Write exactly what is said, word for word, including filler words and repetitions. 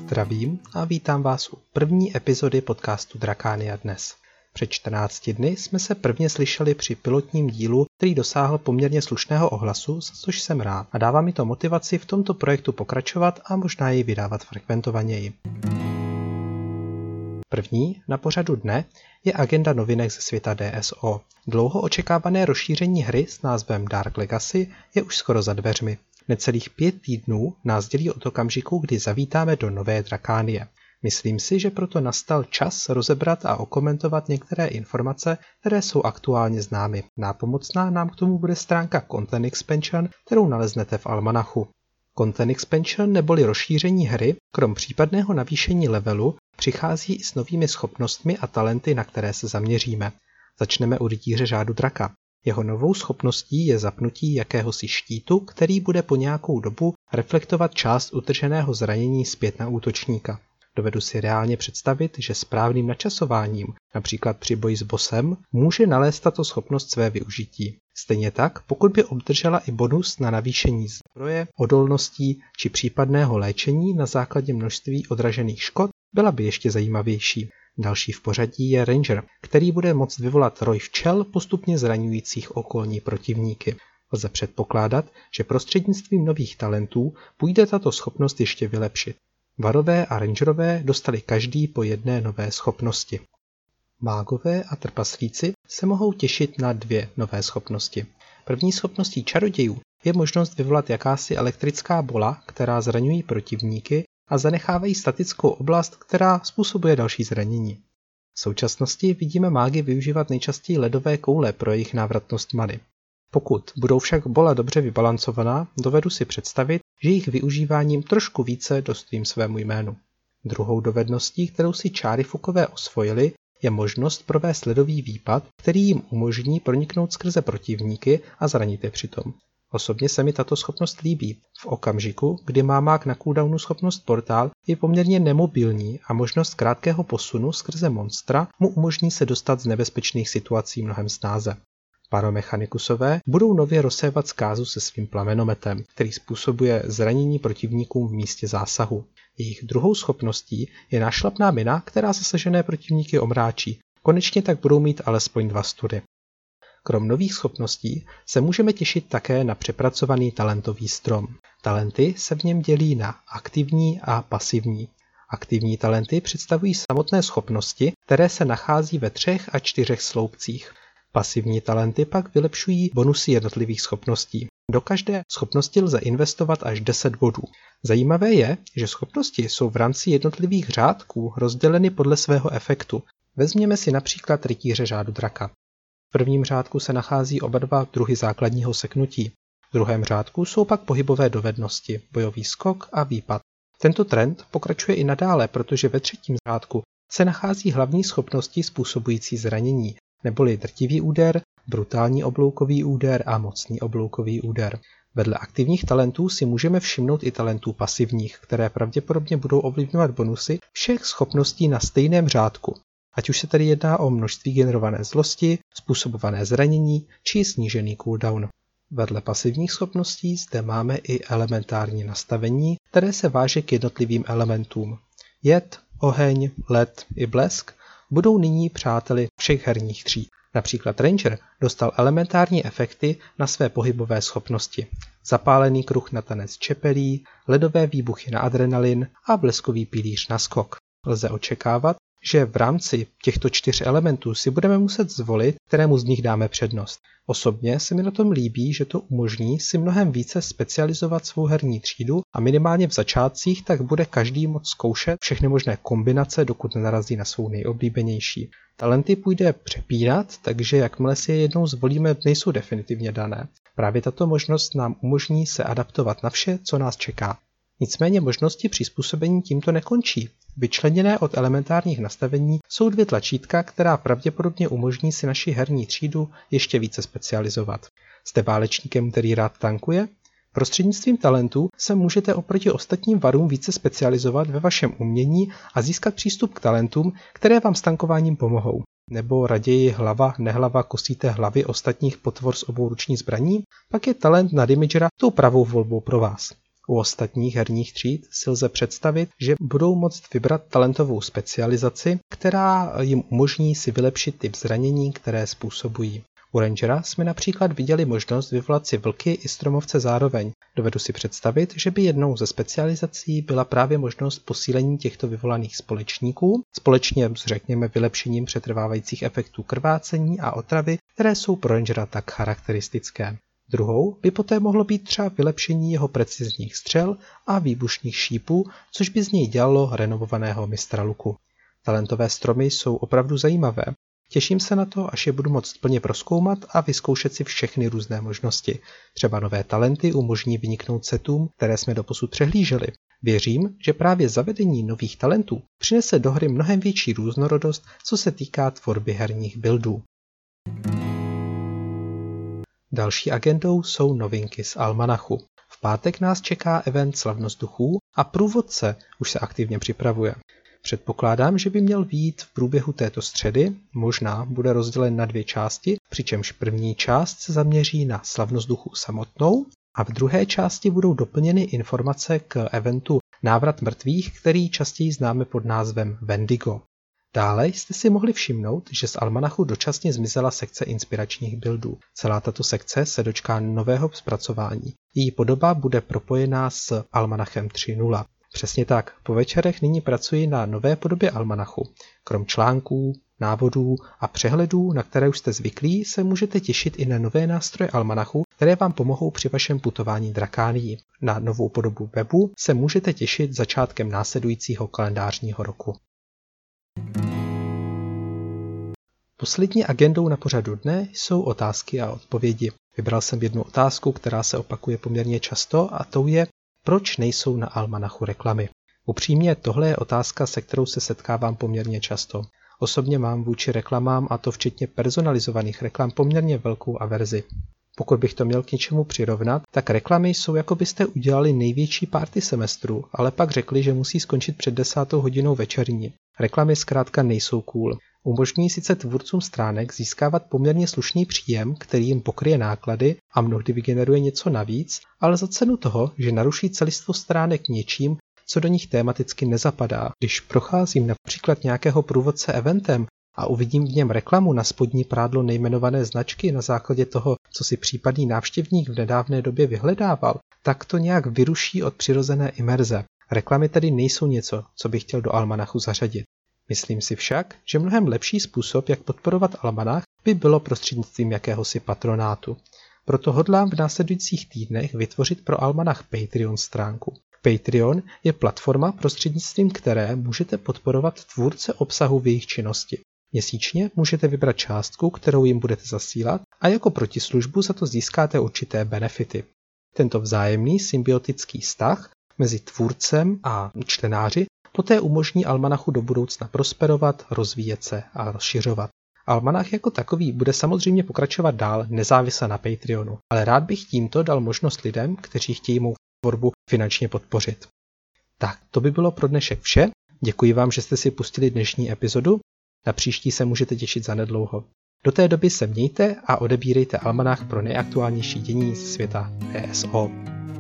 Zdravím a vítám vás u první epizody podcastu Drakania dnes. Před čtrnácti dny jsme se prvně slyšeli při pilotním dílu, který dosáhl poměrně slušného ohlasu, za což jsem rád a dává mi to motivaci v tomto projektu pokračovat a možná jej vydávat frekventovaněji. První na pořadu dne je agenda novinek ze světa D S O. Dlouho očekávané rozšíření hry s názvem Dark Legacy je už skoro za dveřmi. Necelých pět týdnů nás dělí od okamžiku, kdy zavítáme do nové Drakanie. Myslím si, že proto nastal čas rozebrat a okomentovat některé informace, které jsou aktuálně známy. Nápomocná nám k tomu bude stránka Content Expansion, kterou naleznete v almanachu. Content Expansion neboli rozšíření hry, krom případného navýšení levelu, přichází i s novými schopnostmi a talenty, na které se zaměříme. Začneme u rytíře řádu draka. Jeho novou schopností je zapnutí jakéhosi štítu, který bude po nějakou dobu reflektovat část utrženého zranění zpět na útočníka. Dovedu si reálně představit, že správným načasováním, například při boji s bossem, může nalézt tato schopnost své využití. Stejně tak, pokud by obdržela i bonus na navýšení zbroje, odolností či případného léčení na základě množství odražených škod, byla by ještě zajímavější. Další v pořadí je Ranger, který bude moct vyvolat roj včel postupně zraňujících okolní protivníky. Lze předpokládat, že prostřednictvím nových talentů půjde tato schopnost ještě vylepšit. Varové a rangerové dostali každý po jedné nové schopnosti. Mágové a trpaslíci se mohou těšit na dvě nové schopnosti. První schopností čarodějů je možnost vyvolat jakási elektrická bola, která zraňují protivníky a zanechávají statickou oblast, která způsobuje další zranění. V současnosti vidíme mágy využívat nejčastěji ledové koule pro jejich návratnost many. Pokud budou však bola dobře vybalancovaná, dovedu si představit, že jejich využíváním trošku více dostojím svému jménu. Druhou dovedností, kterou si čáry fukové osvojili, je možnost provést ledový výpad, který jim umožní proniknout skrze protivníky a zranit je přitom. Osobně se mi tato schopnost líbí. V okamžiku, kdy má mák na cooldownu schopnost portál, je poměrně nemobilní a možnost krátkého posunu skrze monstra mu umožní se dostat z nebezpečných situací mnohem snáze. Pyromechanikusové budou nově rozsévat zkázu se svým plamenometem, který způsobuje zranění protivníkům v místě zásahu. Jejich druhou schopností je nášlapná mina, která zasažené protivníky omráčí. Konečně tak budou mít alespoň dva study. Krom nových schopností se můžeme těšit také na přepracovaný talentový strom. Talenty se v něm dělí na aktivní a pasivní. Aktivní talenty představují samotné schopnosti, které se nachází ve třech a čtyřech sloupcích. Pasivní talenty pak vylepšují bonusy jednotlivých schopností. Do každé schopnosti lze investovat až deset bodů. Zajímavé je, že schopnosti jsou v rámci jednotlivých řádků rozděleny podle svého efektu. Vezměme si například rytíře řádu draka. V prvním řádku se nachází oba dva druhy základního seknutí. V druhém řádku jsou pak pohybové dovednosti, bojový skok a výpad. Tento trend pokračuje i nadále, protože ve třetím řádku se nachází hlavní schopnosti způsobující zranění, neboli drtivý úder, brutální obloukový úder a mocný obloukový úder. Vedle aktivních talentů si můžeme všimnout i talentů pasivních, které pravděpodobně budou ovlivňovat bonusy všech schopností na stejném řádku. Ať už se tedy jedná o množství generované zlosti, způsobované zranění či snížený cooldown. Vedle pasivních schopností zde máme i elementární nastavení, které se váže k jednotlivým elementům. Jed, oheň, led i blesk budou nyní přáteli všech herních tříd. Například Ranger dostal elementární efekty na své pohybové schopnosti. Zapálený kruh na tanec čepelí, ledové výbuchy na adrenalin a bleskový pilíř na skok. Lze očekávat, že v rámci těchto čtyř elementů si budeme muset zvolit, kterému z nich dáme přednost. Osobně se mi na tom líbí, že to umožní si mnohem více specializovat svou herní třídu a minimálně v začátcích tak bude každý moct zkoušet všechny možné kombinace, dokud nenarazí na svou nejoblíbenější. Talenty půjde přepínat, takže jakmile si je jednou zvolíme, nejsou definitivně dané. Právě tato možnost nám umožní se adaptovat na vše, co nás čeká. Nicméně možnosti přizpůsobení tímto nekončí. Vyčleněné od elementárních nastavení jsou dvě tlačítka, která pravděpodobně umožní si naši herní třídu ještě více specializovat. Jste válečníkem, který rád tankuje? Prostřednictvím talentů se můžete oproti ostatním varům více specializovat ve vašem umění a získat přístup k talentům, které vám s tankováním pomohou. Nebo raději hlava, nehlava kosíte hlavy ostatních potvor s obou ruční zbraní? Pak je talent na damagera tou pravou volbou pro vás. U ostatních herních tříd si lze představit, že budou moct vybrat talentovou specializaci, která jim umožní si vylepšit typ zranění, které způsobují. U Rangera jsme například viděli možnost vyvolat si vlky i stromovce zároveň. Dovedu si představit, že by jednou ze specializací byla právě možnost posílení těchto vyvolaných společníků, společně s řekněme vylepšením přetrvávajících efektů krvácení a otravy, které jsou pro Rangera tak charakteristické. Druhou by poté mohlo být třeba vylepšení jeho precizních střel a výbušných šípů, což by z něj dělalo renomovaného mistra luku. Talentové stromy jsou opravdu zajímavé. Těším se na to, až je budu moct plně prozkoumat a vyzkoušet si všechny různé možnosti. Třeba nové talenty umožní vyniknout setům, které jsme doposud přehlíželi. Věřím, že právě zavedení nových talentů přinese do hry mnohem větší různorodost, co se týká tvorby herních buildů. Další agendou jsou novinky z Almanachu. V pátek nás čeká event Slavnost duchů a průvodce už se aktivně připravuje. Předpokládám, že by měl vyjít v průběhu této středy, možná bude rozdělen na dvě části, přičemž první část se zaměří na Slavnost duchů samotnou a v druhé části budou doplněny informace k eventu Návrat mrtvých, který častěji známe pod názvem Wendigo. Dále jste si mohli všimnout, že z Almanachu dočasně zmizela sekce inspiračních buildů. Celá tato sekce se dočká nového zpracování. Její podoba bude propojená s Almanachem tři tečka nula. Přesně tak, po večerech nyní pracuji na nové podobě Almanachu. Krom článků, návodů a přehledů, na které už jste zvyklí, se můžete těšit i na nové nástroje Almanachu, které vám pomohou při vašem putování Drakánií. Na novou podobu webu se můžete těšit začátkem následujícího kalendářního roku. Poslední agendou na pořadu dne jsou otázky a odpovědi. Vybral jsem jednu otázku, která se opakuje poměrně často, a tou je, proč nejsou na Almanachu reklamy. Upřímně, tohle je otázka, se kterou se setkávám poměrně často. Osobně mám vůči reklamám, a to včetně personalizovaných reklam, poměrně velkou averzi. Pokud bych to měl k něčemu přirovnat, tak reklamy jsou, jako byste udělali největší party semestru, ale pak řekli, že musí skončit před desátou hodinou večerní. Reklamy zkrátka nejsou cool. Umožní sice tvůrcům stránek získávat poměrně slušný příjem, který jim pokryje náklady a mnohdy vygeneruje něco navíc, ale za cenu toho, že naruší celistvost stránek něčím, co do nich tematicky nezapadá. Když procházím například nějakého průvodce eventem a uvidím v něm reklamu na spodní prádlo nejmenované značky na základě toho, co si případný návštěvník v nedávné době vyhledával, tak to nějak vyruší od přirozené imerze. Reklamy tedy nejsou něco, co bych chtěl do Almanachu zařadit. Myslím si však, že mnohem lepší způsob, jak podporovat Almanach, by bylo prostřednictvím jakéhosi patronátu. Proto hodlám v následujících týdnech vytvořit pro Almanach Patreon stránku. Patreon je platforma, prostřednictvím které můžete podporovat tvůrce obsahu v jejich činnosti. Měsíčně můžete vybrat částku, kterou jim budete zasílat, a jako protislužbu za to získáte určité benefity. Tento vzájemný symbiotický vztah mezi tvůrcem a čtenáři poté umožní Almanachu do budoucna prosperovat, rozvíjet se a rozšiřovat. Almanach jako takový bude samozřejmě pokračovat dál nezávisle na Patreonu, ale rád bych tímto dal možnost lidem, kteří chtějí mou tvorbu finančně podpořit. Tak, to by bylo pro dnešek vše. Děkuji vám, že jste si pustili dnešní epizodu. Na příští se můžete těšit zanedlouho. Do té doby se mějte a odebírejte Almanach pro nejaktuálnější dění ze světa D S O.